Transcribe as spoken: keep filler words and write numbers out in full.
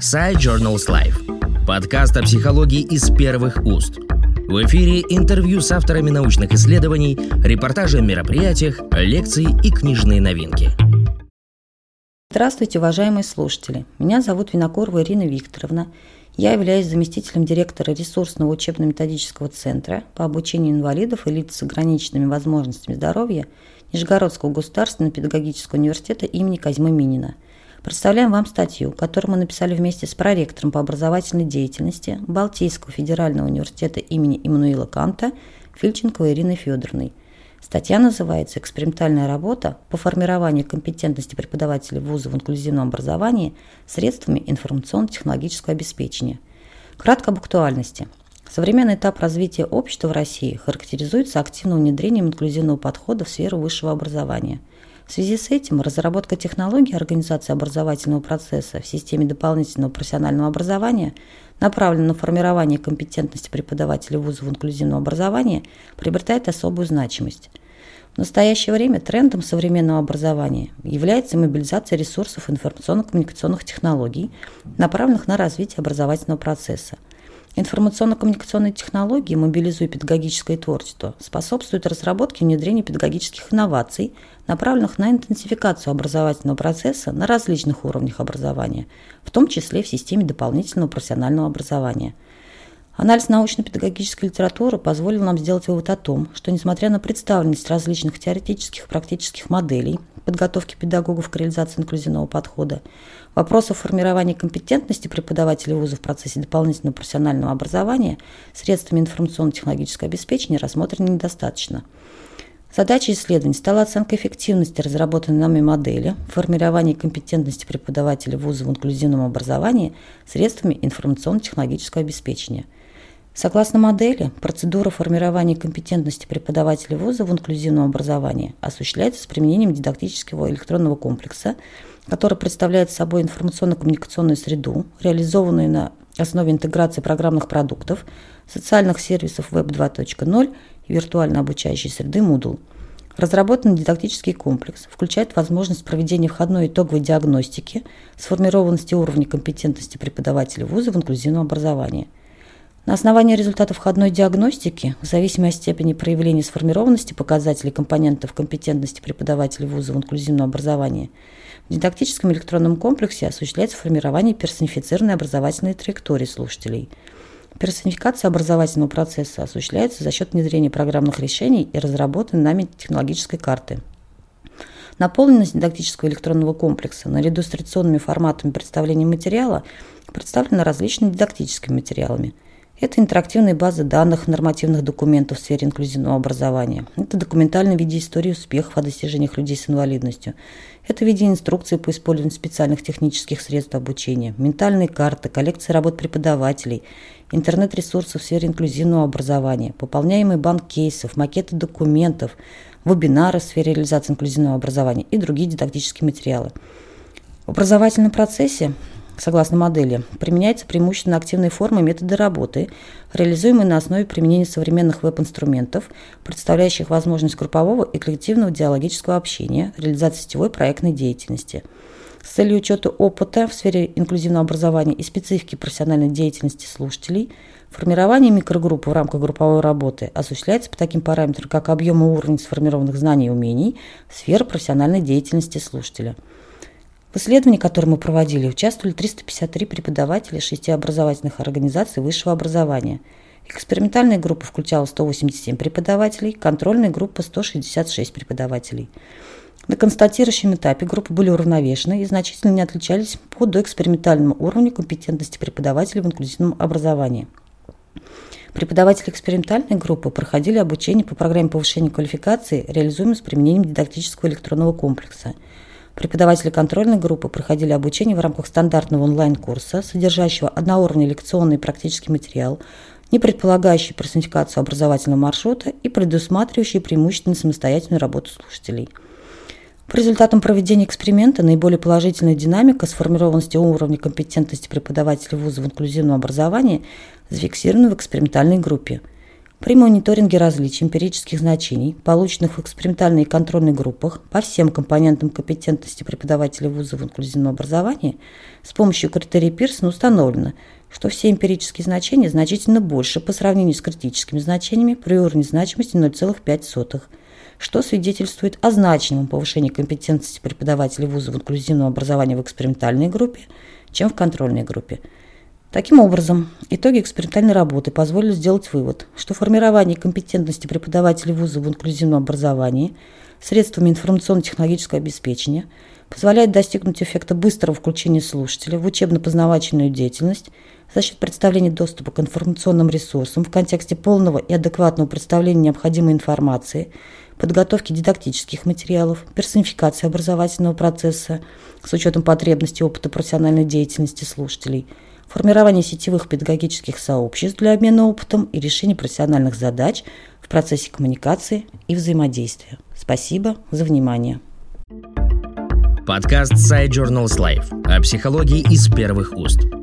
Sci Journals Live. Подкаст о психологии из первых уст. В эфире интервью с авторами научных исследований, репортажи о мероприятиях, лекции и книжные новинки. Здравствуйте, уважаемые слушатели. Меня зовут Винокурова Ирина Викторовна. Я являюсь заместителем директора ресурсного учебно-методического центра по обучению инвалидов и лиц с ограниченными возможностями здоровья Нижегородского государственного педагогического университета имени Козьмы Минина. Представляем вам статью, которую мы написали вместе с проректором по образовательной деятельности Балтийского федерального университета имени Иммануила Канта Фильченковой Ириной Федоровной. Статья называется «Экспериментальная работа по формированию компетентности преподавателей вуза в инклюзивном образовании средствами информационно-технологического обеспечения». Кратко об актуальности. Современный этап развития общества в России характеризуется активным внедрением инклюзивного подхода в сферу высшего образования. В связи с этим разработка технологий организации образовательного процесса в системе дополнительного профессионального образования, направленная на формирование компетентности преподавателей вуза в инклюзивном образовании, приобретает особую значимость. В настоящее время трендом современного образования является мобилизация ресурсов информационно-коммуникационных технологий, направленных на развитие образовательного процесса. Информационно-коммуникационные технологии, мобилизуя педагогическое творчество, способствуют разработке и внедрению педагогических инноваций, направленных на интенсификацию образовательного процесса на различных уровнях образования, в том числе в системе дополнительного профессионального образования. Анализ научно-педагогической литературы позволил нам сделать вывод о том, что, несмотря на представленность различных теоретических и практических моделей подготовки педагогов к реализации инклюзивного подхода, вопросов формирования компетентности преподавателей вуза в процессе дополнительного профессионального образования средствами информационно-технологического обеспечения рассмотрено недостаточно. Задачей исследований стала оценка эффективности разработанной нами модели формирования компетентности преподавателей вуза в инклюзивном образовании средствами информационно-технологического обеспечения. Согласно модели, процедура формирования компетентности преподавателей вуза в инклюзивном образовании осуществляется с применением дидактического электронного комплекса, который представляет собой информационно-коммуникационную среду, реализованную на основе интеграции программных продуктов, социальных сервисов веб два точка ноль и виртуально-обучающей среды Moodle. Разработанный дидактический комплекс включает возможность проведения входной итоговой диагностики сформированности уровня компетентности преподавателей вуза в инклюзивном образовании. На основании результатов входной диагностики, в зависимости от степени проявления сформированности показателей компонентов компетентности преподавателей вуза в инклюзивном образовании, в дидактическом электронном комплексе осуществляется формирование персонифицированной образовательной траектории слушателей. Персонификация образовательного процесса осуществляется за счет внедрения программных решений и разработанной нами технологической карты. Наполненность дидактического электронного комплекса наряду с традиционными форматами представления материала представлена различными дидактическими материалами. Это интерактивные базы данных, нормативных документов в сфере инклюзивного образования. Это документальное видео истории успехов о достижениях людей с инвалидностью. Это видео инструкции по использованию специальных технических средств обучения, ментальные карты, коллекции работ преподавателей, интернет-ресурсы в сфере инклюзивного образования, пополняемый банк кейсов, макеты документов, вебинары в сфере реализации инклюзивного образования и другие дидактические материалы. В образовательном процессе, согласно модели, применяются преимущественно активные формы и методы работы, реализуемые на основе применения современных веб-инструментов, представляющих возможность группового и коллективного диалогического общения, реализации сетевой проектной деятельности. С целью учета опыта в сфере инклюзивного образования и специфики профессиональной деятельности слушателей, формирование микрогрупп в рамках групповой работы осуществляется по таким параметрам, как объем и уровень сформированных знаний и умений, сфера профессиональной деятельности слушателя. В исследовании, которое мы проводили, участвовали триста пятьдесят три преподавателя шести образовательных организаций высшего образования. Экспериментальная группа включала сто восемьдесят семь преподавателей, контрольная группа сто шестьдесят шесть преподавателей. На констатирующем этапе группы были уравновешены и значительно не отличались по доэкспериментальному уровню компетентности преподавателей в инклюзивном образовании. Преподаватели экспериментальной группы проходили обучение по программе повышения квалификации, реализуемой с применением дидактического электронного комплекса. Преподаватели контрольной группы проходили обучение в рамках стандартного онлайн-курса, содержащего одноуровневый лекционный и практический материал, не предполагающий персонификацию образовательного маршрута и предусматривающий преимущественно самостоятельную работу слушателей. По результатам проведения эксперимента наиболее положительная динамика сформированности уровня компетентности преподавателей вуза в инклюзивном образовании зафиксирована в экспериментальной группе. При мониторинге различий эмпирических значений, полученных в экспериментальной и контрольной группах по всем компонентам компетентности преподавателей вузов инклюзивного образования, с помощью критерия Пирсона установлено, что все эмпирические значения значительно больше по сравнению с критическими значениями при уровне значимости ноль целых пять сотых, что свидетельствует о значимом повышении компетентности преподавателей вузов инклюзивного образования в экспериментальной группе, чем в контрольной группе. Таким образом, итоги экспериментальной работы позволили сделать вывод, что формирование компетентности преподавателей вузов в инклюзивном образовании средствами информационно-технологического обеспечения позволяет достигнуть эффекта быстрого включения слушателя в учебно-познавательную деятельность за счет представления доступа к информационным ресурсам в контексте полного и адекватного представления необходимой информации, подготовки дидактических материалов, персонификации образовательного процесса с учетом потребностей опыта профессиональной деятельности слушателей, формирование сетевых педагогических сообществ для обмена опытом и решения профессиональных задач в процессе коммуникации и взаимодействия. Спасибо за внимание. Подкаст Side Journals Life о психологии из первых уст.